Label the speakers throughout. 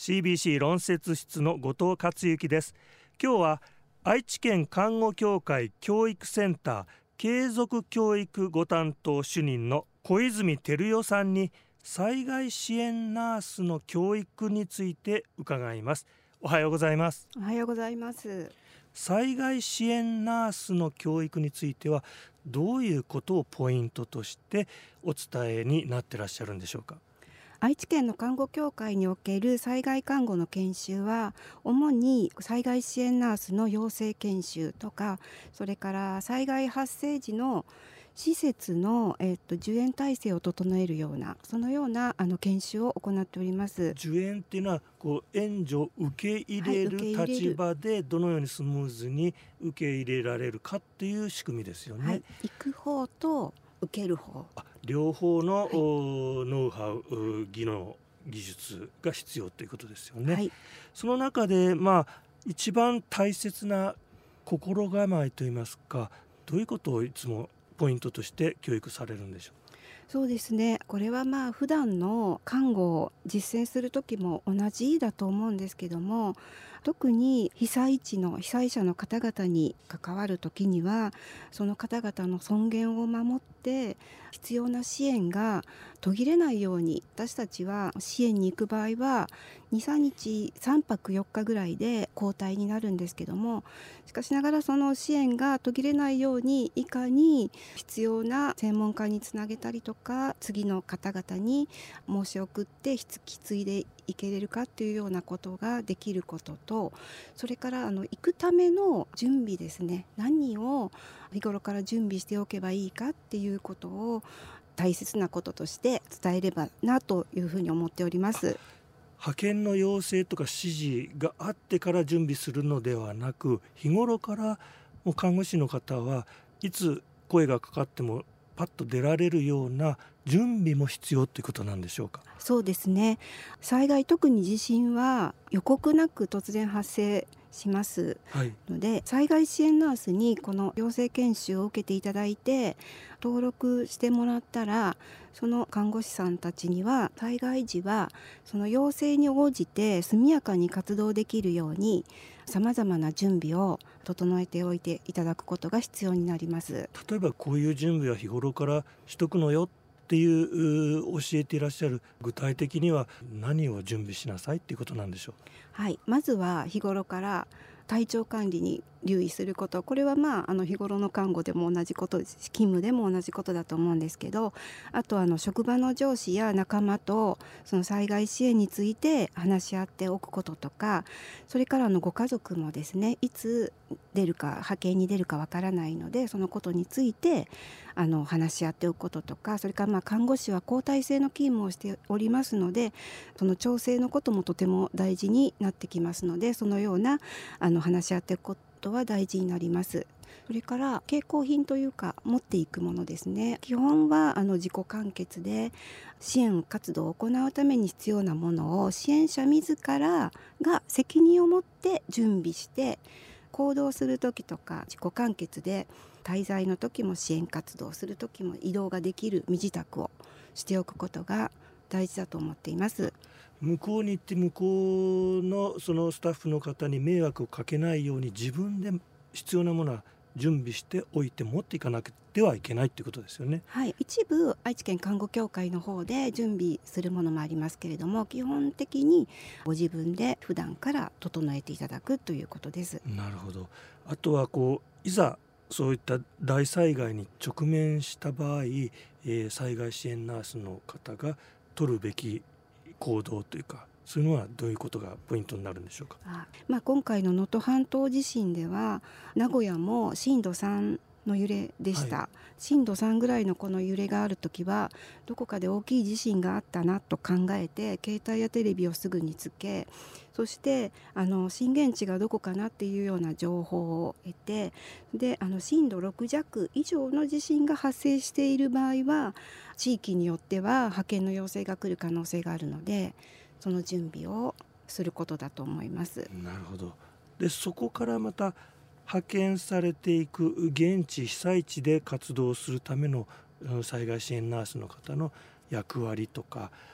Speaker 1: CBC 論説室の後藤克之です。今日は愛知県看護協会教育センター継続教育ご担当主任の小泉照代さんに災害支援ナースの教育について伺います。おはようございます。
Speaker 2: おはようございます。
Speaker 1: 災害支援ナースの教育についてはどういうことをポイントとしてお伝えになってらっしゃるんでしょうか。
Speaker 2: 愛知県の看護協会における災害看護の研修は主に災害支援ナースの養成研修とか、それから災害発生時の施設の、受援体制を整えるようなそのような研修を行っております。
Speaker 1: 受援っていうのは援助を受け入れる立場でどのようにスムーズに受け入れられるかっていう仕組みですよね。
Speaker 2: 行く方と受ける方、
Speaker 1: 両方の、ノウハウ、技能、技術が必要ということですよね。その中で、一番大切な心構えといいますか、どういうことをいつもポイントとして教育されるんでしょう。
Speaker 2: そうですね、これは普段の看護を実践する時も同じだと思うんですけども、特に被災地の被災者の方々に関わる時にはその方々の尊厳を守って必要な支援が途切れないように、私たちは支援に行く場合は 2,3 日3泊4日ぐらいで交代になるんですけども、しかしながらその支援が途切れないようにいかに必要な専門家につなげたりとか、次の方々に申し送って引き継いでいけれるかっていうようなことができることと、それから行くための準備ですね、何を日頃から準備しておけばいいかっていうことを大切なこととして伝えればなというふうに思っております。
Speaker 1: 派遣の要請とか指示があってから準備するのではなく、日頃からもう看護師の方はいつ声がかかってもパッと出られるような準備も必要ということなんでしょうか。
Speaker 2: そうですね、災害、特に地震は予告なく突然発生しますので、災害支援ナースにこの養成研修を受けていただいて登録してもらったら、その看護師さんたちには災害時はその要請に応じて速やかに活動できるようにさまざまな準備を整えておいていただくことが必要になります。
Speaker 1: 例えばこういう準備は日頃からしとくのよっていう教えていらっしゃる、具体的には何を準備しなさいっていうことなんでしょう。
Speaker 2: まずは日頃から体調管理に留意すること、これは日頃の看護でも同じことですし、勤務でも同じことだと思うんですけど、あと職場の上司や仲間とその災害支援について話し合っておくこととか、それからご家族もですね、いつ出るか派遣に出るかわからないので、そのことについて話し合っておくこととか、それから看護師は交代制の勤務をしておりますので、その調整のこともとても大事になってきますので、そのような話し合っておくことは大事になります。それから携行品というか持っていくものですね、基本は自己完結で支援活動を行うために必要なものを支援者自らが責任を持って準備して、行動する時とか自己完結で滞在の時も支援活動をする時も移動ができる身支度をしておくことが大事だと思っています。
Speaker 1: 向こうに行って向こうのそのスタッフの方に迷惑をかけないように自分で必要なものは準備しておいて持っていかなくてはいけないということですよね。
Speaker 2: 一部愛知県看護協会の方で準備するものもありますけれども、基本的にご自分で普段から整えていただくということです。
Speaker 1: なるほど。あとはいざそういった大災害に直面した場合、災害支援ナースの方が取るべき行動というか、そういうのはどういうことがポイントになるんでしょうか。
Speaker 2: 今回の能登半島地震では名古屋も震度3の揺れでした。震度3ぐらいのこの揺れがあるときはどこかで大きい地震があったなと考えて、携帯やテレビをすぐにつけ、そして震源地がどこかなっていうような情報を得て、で震度6弱以上の地震が発生している場合は地域によっては派遣の要請が来る可能性があるので、その準備をすることだと思います。
Speaker 1: なるほど。でそこからまた派遣されていく現地被災地で活動するための災害支援ナースの方の役割とか、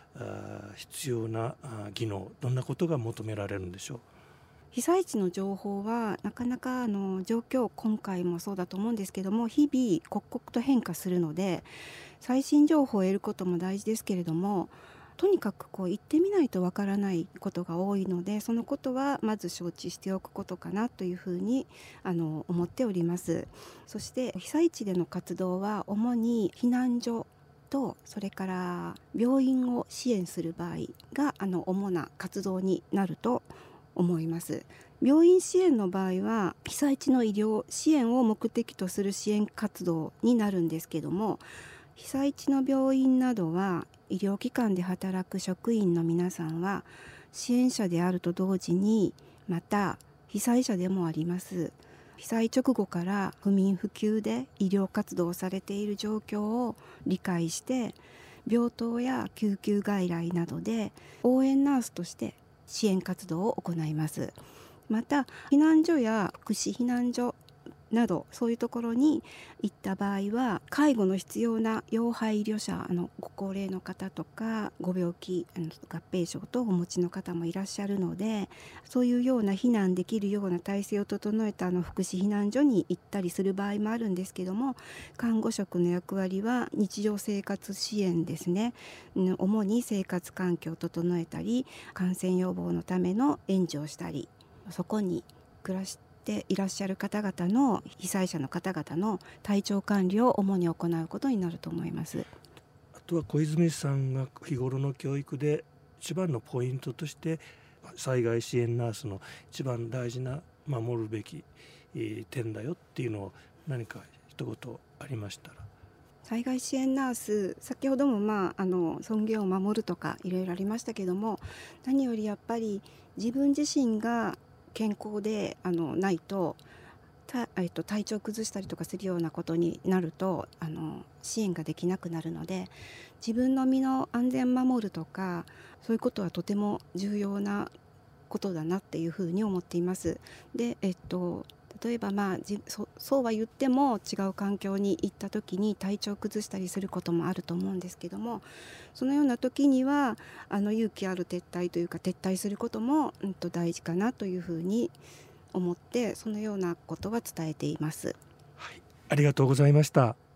Speaker 1: 必要な技能、どんなことが求められるんでしょう？
Speaker 2: 被災地の情報はなかなか状況、今回もそうだと思うんですけども、日々刻々と変化するので、最新情報を得ることも大事ですけれども、とにかく行ってみないとわからないことが多いので、そのことはまず承知しておくことかなというふうに思っております。そして被災地での活動は主に避難所と、それから病院を支援する場合が主な活動になると思います。病院支援の場合は被災地の医療支援を目的とする支援活動になるんですけども、被災地の病院などは医療機関で働く職員の皆さんは支援者であると同時に、また被災者でもあります。被災直後から不眠不休で医療活動をされている状況を理解して、病棟や救急外来などで応援ナースとして支援活動を行います。また避難所や福祉避難所など、そういうところに行った場合は介護の必要な要配慮者、ご高齢の方とかご病気合併症等をお持ちの方もいらっしゃるので、そういうような避難できるような体制を整えた福祉避難所に行ったりする場合もあるんですけども、看護職の役割は日常生活支援ですね。主に生活環境を整えたり、感染予防のための援助をしたり、そこに暮らしていらっしゃる方々の被災者の方々の体調管理を主に行うことになると思います。
Speaker 1: あとは小泉さんが日頃の教育で一番のポイントとして、災害支援ナースの一番大事な守るべき点だよっていうのを何か一言ありましたら。
Speaker 2: 災害支援ナース、先ほども尊厳を守るとかいろいろありましたけども、何よりやっぱり自分自身が健康でないと体調を崩したりとかするようなことになると支援ができなくなるので、自分の身の安全を守るとか、そういうことはとても重要なことだなっていうふうに思っています。で、例えばそうは言っても違う環境に行った時に体調を崩したりすることもあると思うんですけども、そのような時には勇気ある撤退というか撤退することも、大事かなというふうに思って、そのようなことは伝えています。
Speaker 1: はい、ありがとうございました。